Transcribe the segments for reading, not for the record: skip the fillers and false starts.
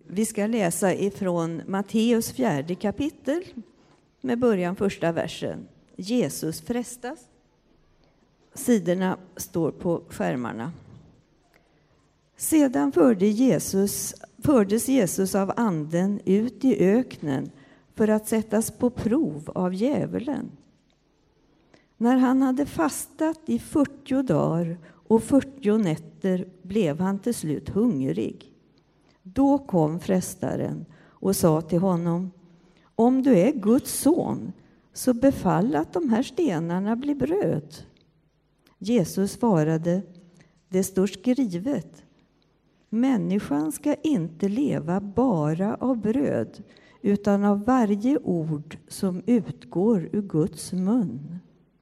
Vi ska läsa ifrån Matteus 4 kapitel med början första versen. Jesus frestas. Sidorna står på skärmarna. Sedan fördes Jesus av anden ut i öknen för att sättas på prov av djävulen. När han hade fastat i 40 dagar och 40 nätter blev han till slut hungrig. Då kom frestaren och sa till honom: om du är Guds son, så befall att de här stenarna blir bröd. Jesus svarade: det står skrivet, människan ska inte leva bara av bröd, utan av varje ord som utgår ur Guds mun.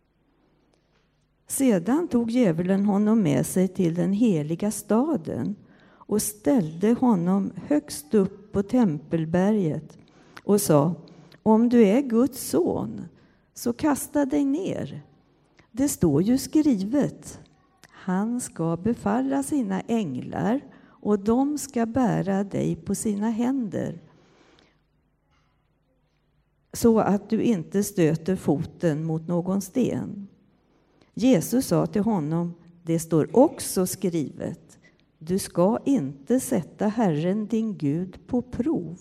Sedan tog djävulen honom med sig till den heliga staden och ställde honom högst upp på tempelberget och sa: om du är Guds son, så kasta dig ner. Det står ju skrivet, han ska befalla sina änglar och de ska bära dig på sina händer, så att du inte stöter foten mot någon sten. Jesus sa till honom: det står också skrivet, du ska inte sätta Herren din Gud på prov.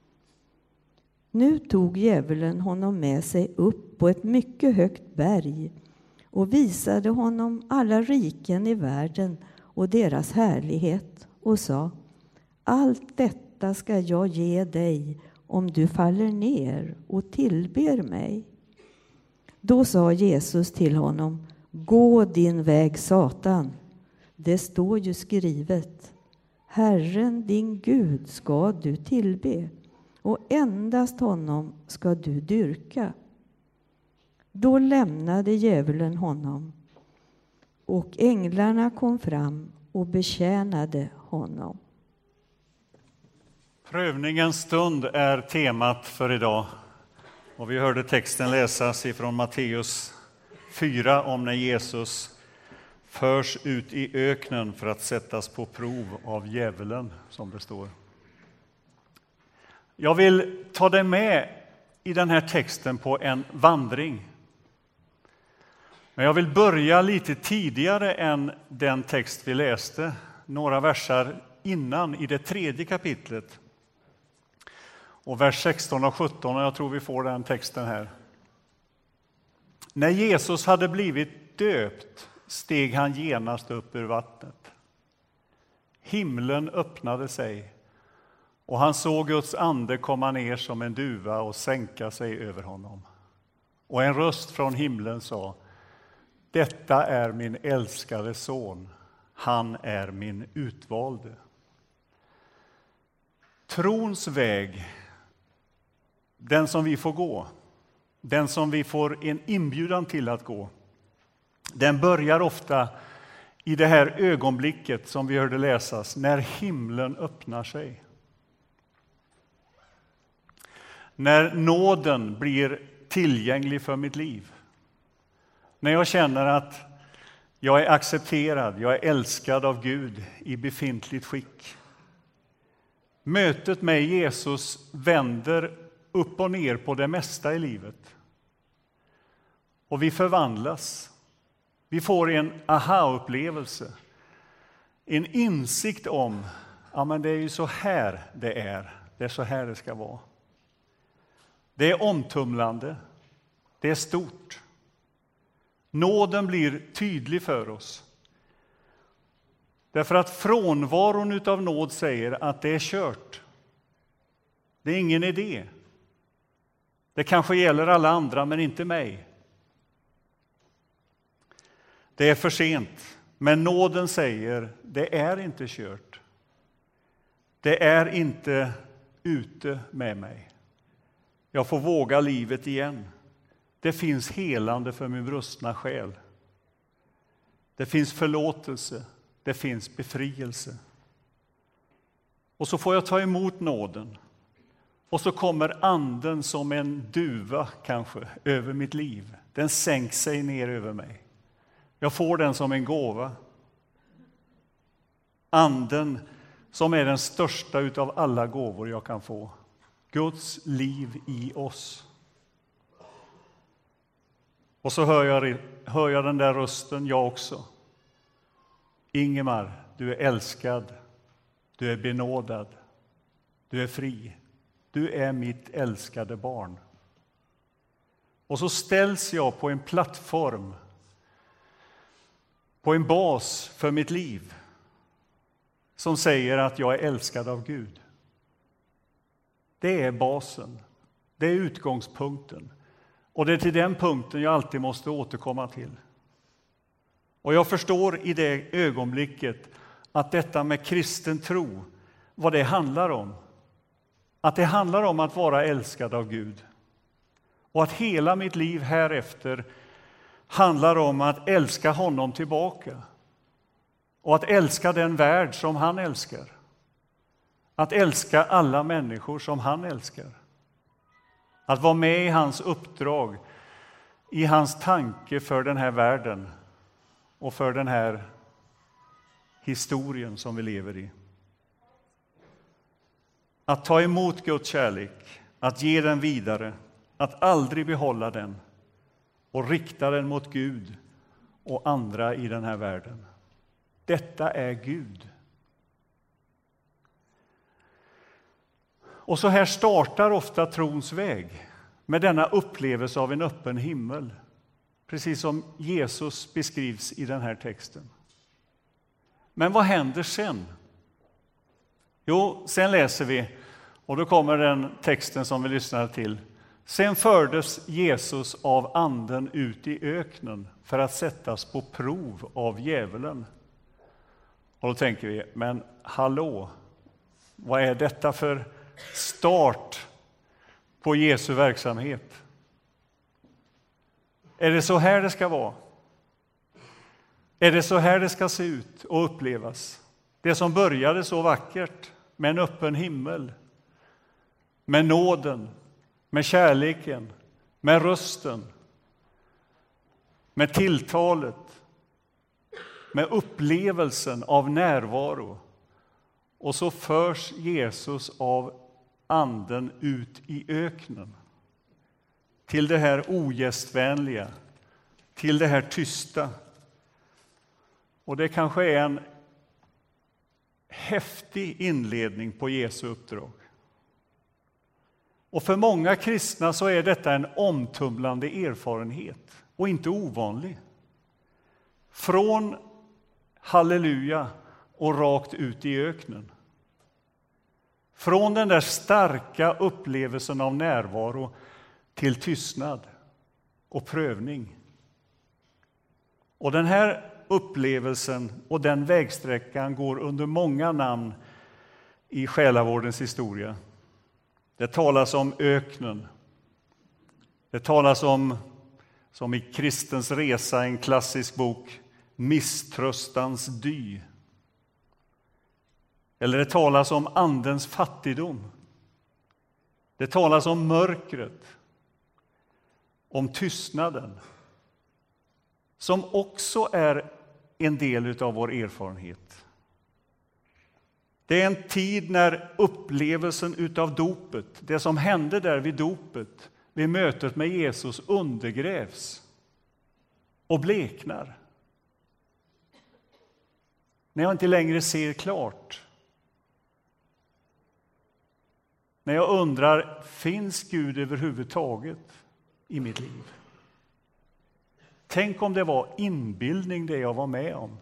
Nu tog djävulen honom med sig upp på ett mycket högt berg och visade honom alla riken i världen och deras härlighet och sa: allt detta ska jag ge dig om du faller ner och tillber mig. Då sa Jesus till honom: gå din väg, Satan. Det står ju skrivet, Herren din Gud ska du tillbe och endast honom ska du dyrka. Då lämnade djävulen honom och änglarna kom fram och betjänade honom. Prövningens stund är temat för idag. Och vi hörde texten läsas ifrån Matteus 4 om när Jesus förs ut i öknen för att sättas på prov av djävulen, som det står. Jag vill ta dig med i den här texten på en vandring. Men jag vill börja lite tidigare än den text vi läste, några versar innan i det 3:e kapitlet. Och vers 16 och 17, och jag tror vi får den texten här. När Jesus hade blivit döpt steg han genast upp ur vattnet. Himlen öppnade sig och han såg Guds ande komma ner som en duva och sänka sig över honom. Och en röst från himlen sa: detta är min älskade son, han är min utvalde. Trons väg, den som vi får gå, den som vi får en inbjudan till att gå, den börjar ofta i det här ögonblicket som vi hörde läsas, när himlen öppnar sig. När nåden blir tillgänglig för mitt liv. När jag känner att jag är accepterad, jag är älskad av Gud i befintligt skick. Mötet med Jesus vänder upp och ner på det mesta i livet. Och vi förvandlas. Vi får en aha-upplevelse. En insikt om, ja men det är ju så här det är. Det är så här det ska vara. Det är omtumlande. Det är stort. Nåden blir tydlig för oss. Därför att frånvaron utav nåd säger att det är kört. Det är ingen idé. Det kanske gäller alla andra men inte mig. Det är för sent. Men nåden säger, det är inte kört. Det är inte ute med mig. Jag får våga livet igen. Det finns helande för min brustna själ. Det finns förlåtelse. Det finns befrielse. Och så får jag ta emot nåden. Och så kommer anden som en duva kanske över mitt liv. Den sänks sig ner över mig. Jag får den som en gåva. Anden som är den största utav alla gåvor jag kan få. Guds liv i oss. Och så hör jag den där rösten, jag också. Ingemar, du är älskad. Du är benådad. Du är fri. Du är mitt älskade barn. Och så ställs jag på en plattform, på en bas för mitt liv, som säger att jag är älskad av Gud. Det är basen. Det är utgångspunkten. Och det är till den punkten jag alltid måste återkomma till. Och jag förstår i det ögonblicket att detta med kristen tro, vad det handlar om. Att det handlar om att vara älskad av Gud. Och att hela mitt liv härefter handlar om att älska honom tillbaka. Och att älska den värld som han älskar. Att älska alla människor som han älskar. Att vara med i hans uppdrag, i hans tanke för den här världen och för den här historien som vi lever i. Att ta emot Guds kärlek, att ge den vidare, att aldrig behålla den och rikta den mot Gud och andra i den här världen. Detta är Gud. Och så här startar ofta trons väg med denna upplevelse av en öppen himmel. Precis som Jesus beskrivs i den här texten. Men vad händer sen? Jo, sen läser vi, och då kommer den texten som vi lyssnade till. Sen fördes Jesus av anden ut i öknen för att sättas på prov av djävulen. Och då tänker vi, men hallå, vad är detta för start på Jesu verksamhet? Är det så här det ska vara? Är det så här det ska se ut och upplevas? Det som började så vackert med en öppen himmel, med nåden, med kärleken, med rösten, med tilltalet, med upplevelsen av närvaro. Och så förs Jesus av anden ut i öknen. Till det här ogästvänliga, till det här tysta. Och det kanske är en häftig inledning på Jesu uppdrag. Och för många kristna så är detta en omtumlande erfarenhet och inte ovanlig. Från halleluja och rakt ut i öknen. Från den där starka upplevelsen av närvaro till tystnad och prövning. Och den här upplevelsen och den vägsträckan går under många namn i själavårdens historia. Det talas om öknen. Det talas om, som i Kristens resa, en klassisk bok, misströstans dy. Eller det talas om andens fattigdom. Det talas om mörkret, om tystnaden, som också är en del av vår erfarenhet. Det är en tid när upplevelsen utav dopet, det som hände där vid dopet, vid mötet med Jesus, undergrävs och bleknar. När jag inte längre ser klart. När jag undrar, finns Gud överhuvudtaget i mitt liv? Tänk om det var inbildning det jag var med om.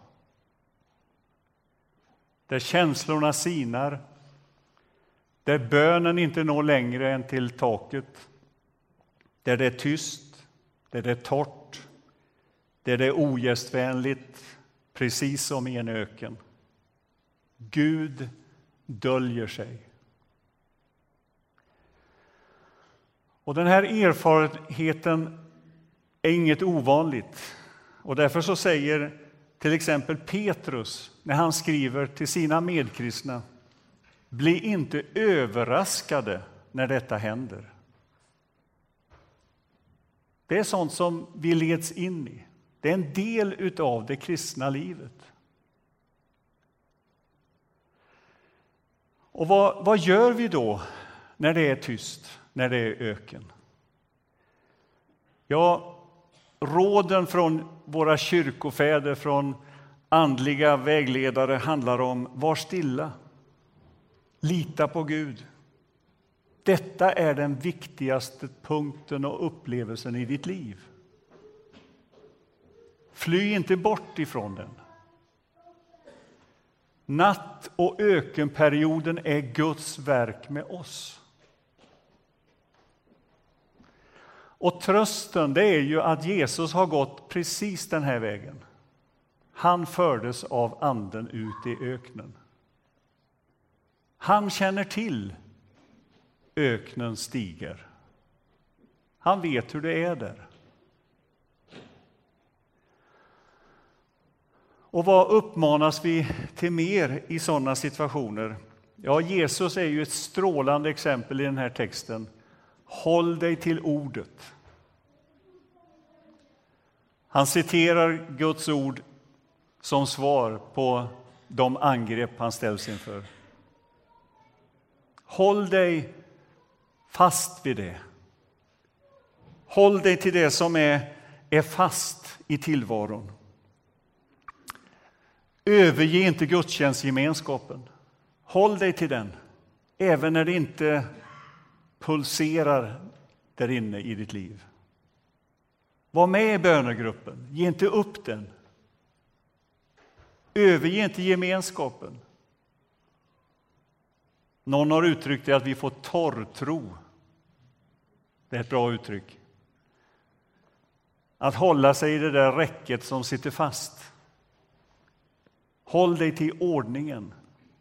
Där känslorna sinar, där bönen inte når längre än till taket, där det är tyst, där det är torrt, där det är ogästvänligt, precis som i en öken. Gud döljer sig. Och den här erfarenheten är inget ovanligt. Och därför så säger till exempel Petrus, när han skriver till sina medkristna, bli inte överraskade när detta händer. Det är sånt som vi leds in i. Det är en del av det kristna livet. Och vad gör vi då när det är tyst, när det är öken? Ja, råden från våra kyrkofäder, från andliga vägledare handlar om: var stilla, lita på Gud. Detta är den viktigaste punkten och upplevelsen i ditt liv. Fly inte bort ifrån den. Natt- och ökenperioden är Guds verk med oss. Och trösten, det är ju att Jesus har gått precis den här vägen. Han fördes av anden ut i öknen. Han känner till öknens stigar. Han vet hur det är där. Och vad uppmanas vi till mer i sådana situationer? Ja, Jesus är ju ett strålande exempel i den här texten. Håll dig till ordet. Han citerar Guds ord som svar på de angrepp han ställs inför. Håll dig fast vid det. Håll dig till det som är fast i tillvaron. Överge inte gudstjänstgemenskapen. Håll dig till den, även när det inte pulserar där inne i ditt liv. Var med i bönegruppen, ge inte upp den. Överge inte gemenskapen. Någon har uttryckt det att vi får torrtro. Det är ett bra uttryck. Att hålla sig i det där räcket som sitter fast. Håll dig till ordningen.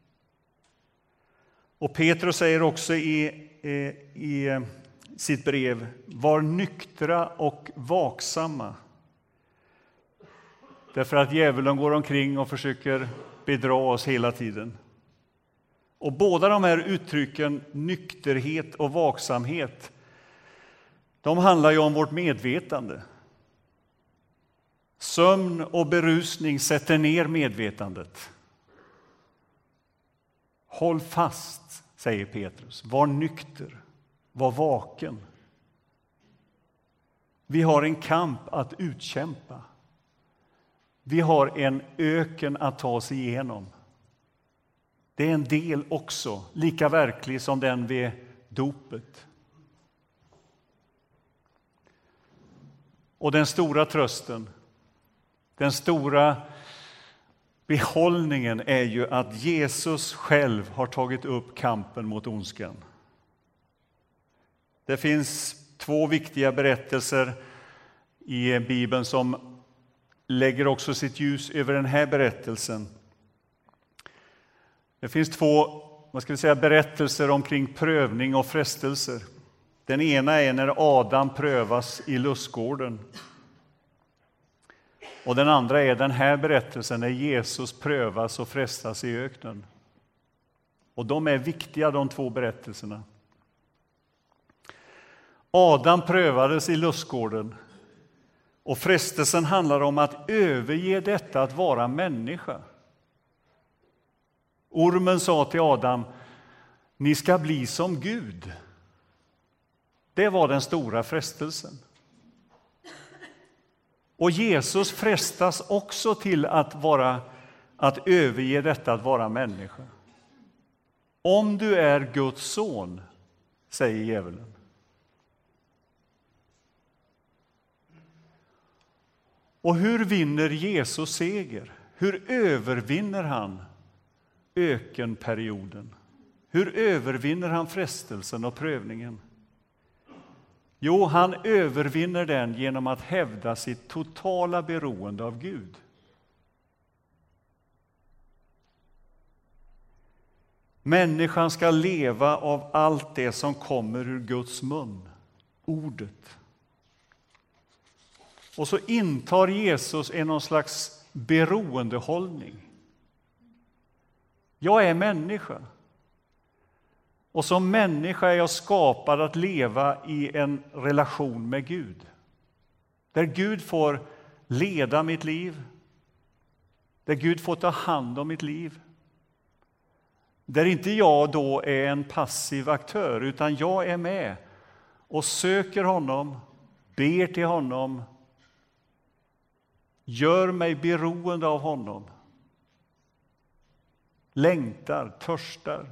Och Petrus säger också i sitt brev: var nyktra och vaksamma. Därför att djävulen går omkring och försöker bedra oss hela tiden. Och båda de här uttrycken, nykterhet och vaksamhet, de handlar ju om vårt medvetande. Sömn och berusning sätter ner medvetandet. Håll fast, säger Petrus. Var nykter, var vaken. Vi har en kamp att utkämpa. Vi har en öken att ta sig igenom. Det är en del också, lika verklig som den vid dopet. Och den stora trösten, den stora behållningen är ju att Jesus själv har tagit upp kampen mot ondskan. Det finns 2 viktiga berättelser i Bibeln som lägger också sitt ljus över den här berättelsen. Det finns 2, berättelser omkring prövning och frestelser. Den ena är när Adam prövas i lustgården. Och den andra är den här berättelsen när Jesus prövas och frestas i öknen. Och de är viktiga, de 2 berättelserna. Adam prövades i lustgården. Och frestelsen handlar om att överge detta att vara människa. Ormen sa till Adam: ni ska bli som Gud. Det var den stora frestelsen. Och Jesus frestas också till att överge detta att vara människa. Om du är Guds son, säger djävulen. Och hur vinner Jesus seger? Hur övervinner han ökenperioden? Hur övervinner han frestelsen och prövningen? Jo, han övervinner den genom att hävda sitt totala beroende av Gud. Människan ska leva av allt det som kommer ur Guds mun, ordet. Och så intar Jesus någon slags beroendehållning. Jag är människa. Och som människa är jag skapad att leva i en relation med Gud. Där Gud får leda mitt liv. Där Gud får ta hand om mitt liv. Där inte jag då är en passiv aktör, utan jag är med och söker honom, ber till honom, gör mig beroende av honom, längtar, törstar.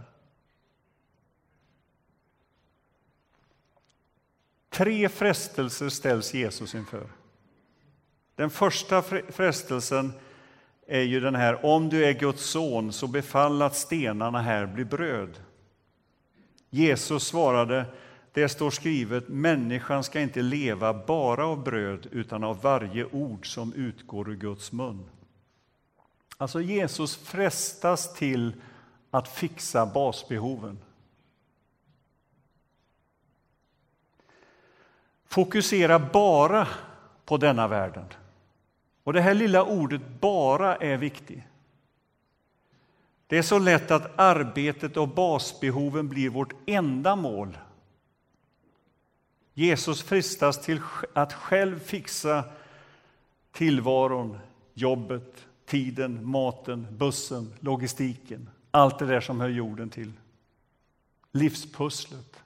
3 frestelser ställs Jesus inför. Den första frestelsen är ju den här: om du är Guds son, så befall att stenarna här blir bröd. Jesus svarade: det står skrivet, människan ska inte leva bara av bröd utan av varje ord som utgår ur Guds mun. Alltså Jesus frestas till att fixa basbehoven. Fokusera bara på denna världen. Och det här lilla ordet bara är viktigt. Det är så lätt att arbetet och basbehoven blir vårt enda mål. Jesus fristas till att själv fixa tillvaron, jobbet, tiden, maten, bussen, logistiken. Allt det där som hör jorden till. Livspusslet.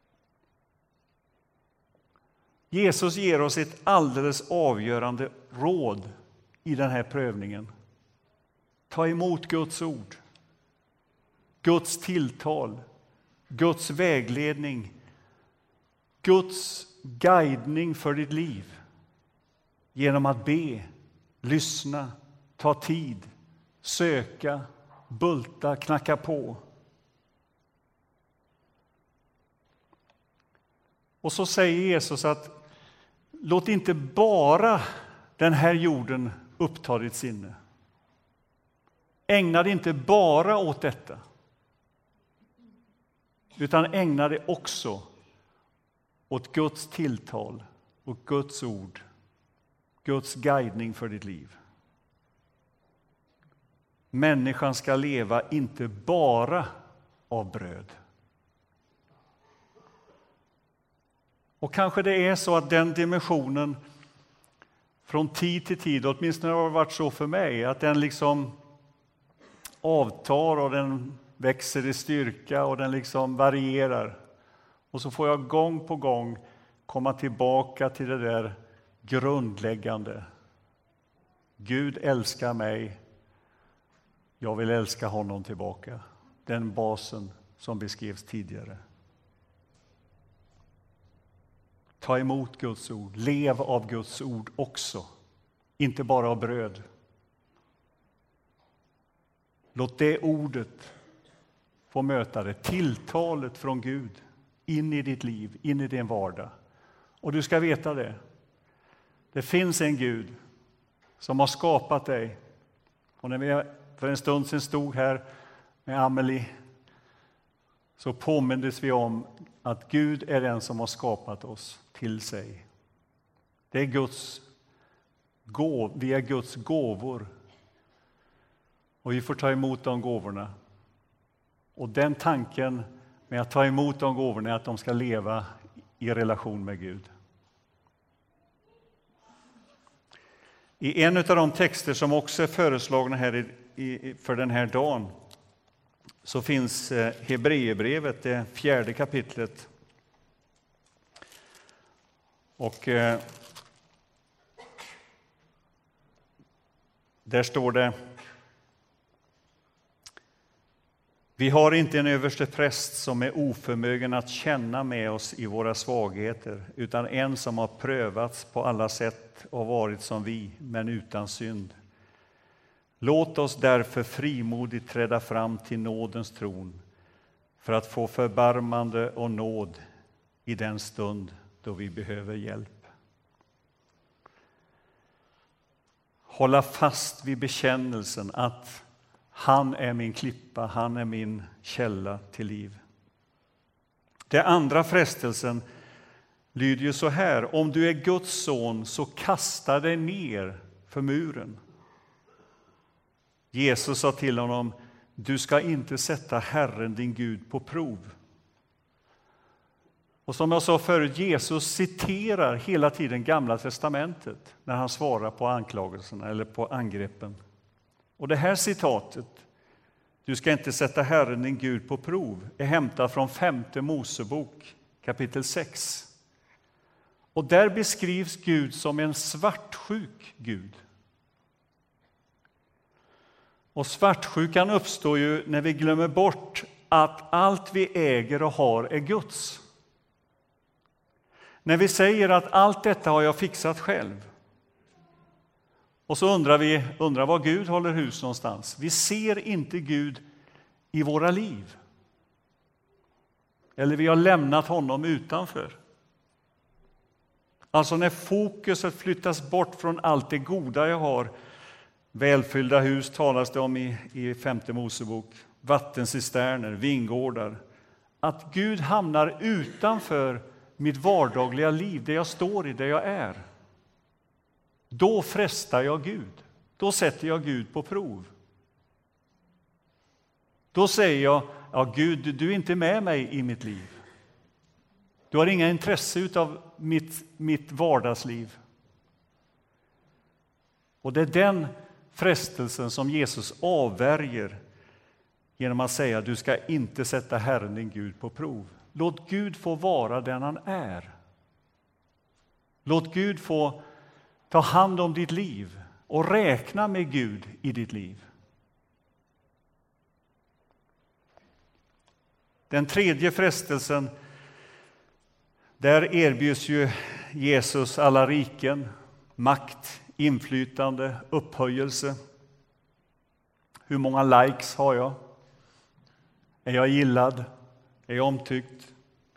Jesus ger oss ett alldeles avgörande råd i den här prövningen. Ta emot Guds ord, Guds tilltal, Guds vägledning, Guds guidning för ditt liv. Genom att be, lyssna, ta tid, söka, bulta, knacka på. Och så säger Jesus att låt inte bara den här jorden uppta ditt sinne. Ägna dig inte bara åt detta, utan ägna dig också åt Guds tilltal och Guds ord, Guds guidning för ditt liv. Människan ska leva inte bara av bröd. Och kanske det är så att den dimensionen från tid till tid, åtminstone har det varit så för mig, att den liksom avtar och den växer i styrka och den liksom varierar. Och så får jag gång på gång komma tillbaka till det där grundläggande. Gud älskar mig, jag vill älska honom tillbaka. Den basen som beskrevs tidigare. Ta emot Guds ord, lev av Guds ord också, inte bara av bröd. Låt det ordet få möta det, tilltalet från Gud in i ditt liv, in i din vardag. Och du ska veta det. Det finns en Gud som har skapat dig. Och när vi för en stund sedan stod här med Amelie, så påmindes vi om att Gud är den som har skapat oss till sig. Det är vi är Guds gåvor. Och vi får ta emot de gåvorna. Och den tanken med att ta emot de gåvorna är att de ska leva i relation med Gud. I en av de texter som också är föreslagna här för den här dagen så finns Hebreerbrevet, det 4:e kapitlet. Och där står det: vi har inte en överste präst som är oförmögen att känna med oss i våra svagheter, utan en som har prövats på alla sätt och varit som vi, men utan synd. Låt oss därför frimodigt träda fram till nådens tron för att få förbarmande och nåd i den stund då vi behöver hjälp. Hålla fast vid bekännelsen att han är min klippa, han är min källa till liv. Den andra frestelsen lyder ju så här: om du är Guds son, så kasta dig ner för muren. Jesus sa till honom: du ska inte sätta Herren din Gud på prov. Och som jag sa förut, Jesus citerar hela tiden Gamla testamentet när han svarar på anklagelserna eller på angreppen. Och det här citatet Du ska inte sätta Herren din Gud på prov, är hämtat från 5:e Mosebok, kapitel 6. Och där beskrivs Gud som en svartsjuk Gud. Och svartsjukan uppstår ju när vi glömmer bort att allt vi äger och har är Guds. När vi säger att allt detta har jag fixat själv. Och så undrar var Gud håller hus någonstans. Vi ser inte Gud i våra liv. Eller vi har lämnat honom utanför. Alltså när fokuset flyttas bort från allt det goda jag har. Välfyllda hus talas det om i 5:e Mosebok. Vattencisterner, vingårdar. Att Gud hamnar utanför mitt vardagliga liv, det jag står i, det jag är. Då frestar jag Gud. Då sätter jag Gud på prov. Då säger jag, ja Gud, du är inte med mig i mitt liv. Du har inga intresse av mitt vardagsliv. Och det är den frestelsen som Jesus avvärjer genom att säga, du ska inte sätta Herren din Gud på prov. Låt Gud få vara den han är. Låt Gud få ta hand om ditt liv och räkna med Gud i ditt liv. Den tredje frestelsen, där erbjuds ju Jesus alla riken, makt, inflytande, upphöjelse. Hur många likes har jag? Är jag gillad? Är jag omtyckt?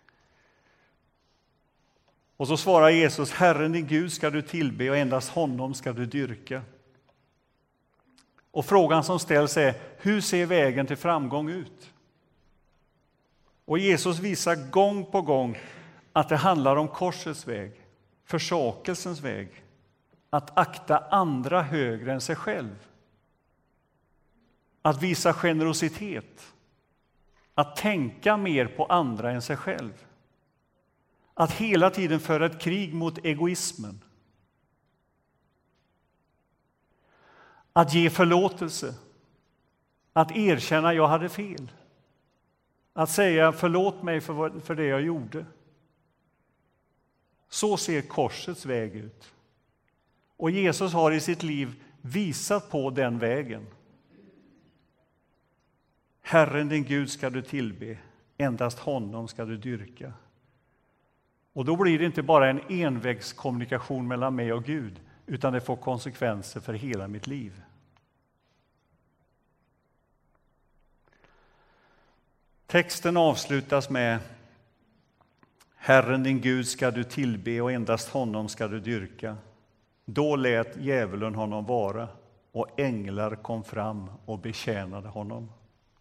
Och så svarar Jesus, Herren din Gud ska du tillbe och endast honom ska du dyrka. Och frågan som ställs är, hur ser vägen till framgång ut? Och Jesus visar gång på gång att det handlar om korsets väg, försakelsens väg. Att akta andra högre än sig själv. Att visa generositet. Att tänka mer på andra än sig själv. Att hela tiden föra ett krig mot egoismen. Att ge förlåtelse. Att erkänna jag hade fel. Att säga förlåt mig för det jag gjorde. Så ser korsets väg ut. Och Jesus har i sitt liv visat på den vägen. Herren din Gud ska du tillbe, endast honom ska du dyrka. Och då blir det inte bara en envägskommunikation mellan mig och Gud, utan det får konsekvenser för hela mitt liv. Texten avslutas med Herren din Gud ska du tillbe och endast honom ska du dyrka. Då lät djävulen honom vara och änglar kom fram och betjänade honom.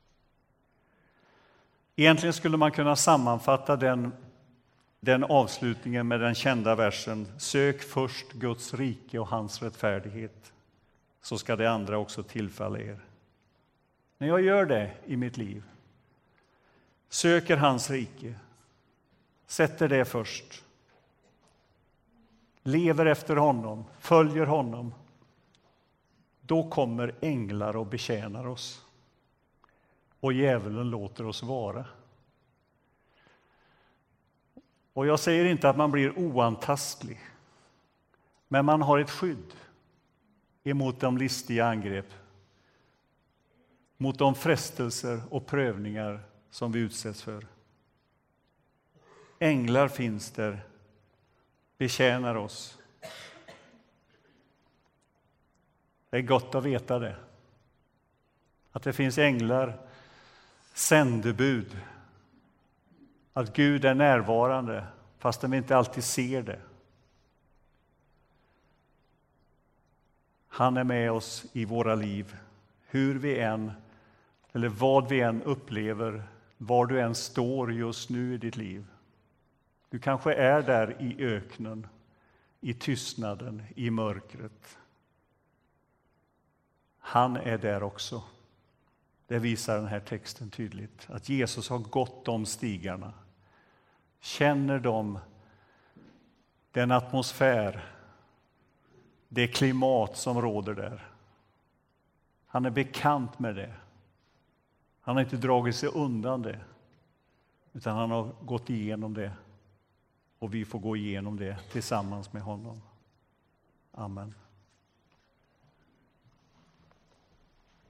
Egentligen skulle man kunna sammanfatta den avslutningen med den kända versen sök först Guds rike och hans rättfärdighet, så ska det andra också tillfalla er. När jag gör det i mitt liv, söker hans rike, sätter det först, lever efter honom, följer honom, då kommer änglar och betjänar oss. Och djävulen låter oss vara. Och jag säger inte att man blir oantastlig, men man har ett skydd emot de listiga angrepp, mot de frestelser och prövningar som vi utsätts för. Änglar finns där, betjänar oss. Det är gott att veta det. Att det finns änglar, sändebud. Att Gud är närvarande, fast vi inte alltid ser det. Han är med oss i våra liv, hur vi än, eller vad vi än upplever, var du än står just nu i ditt liv. Du kanske är där i öknen, i tystnaden, i mörkret. Han är där också. Det visar den här texten tydligt. Att Jesus har gått de stigarna. Känner de den atmosfär, det klimat som råder där. Han är bekant med det. Han har inte dragit sig undan det, utan han har gått igenom det. Och vi får gå igenom det tillsammans med honom. Amen.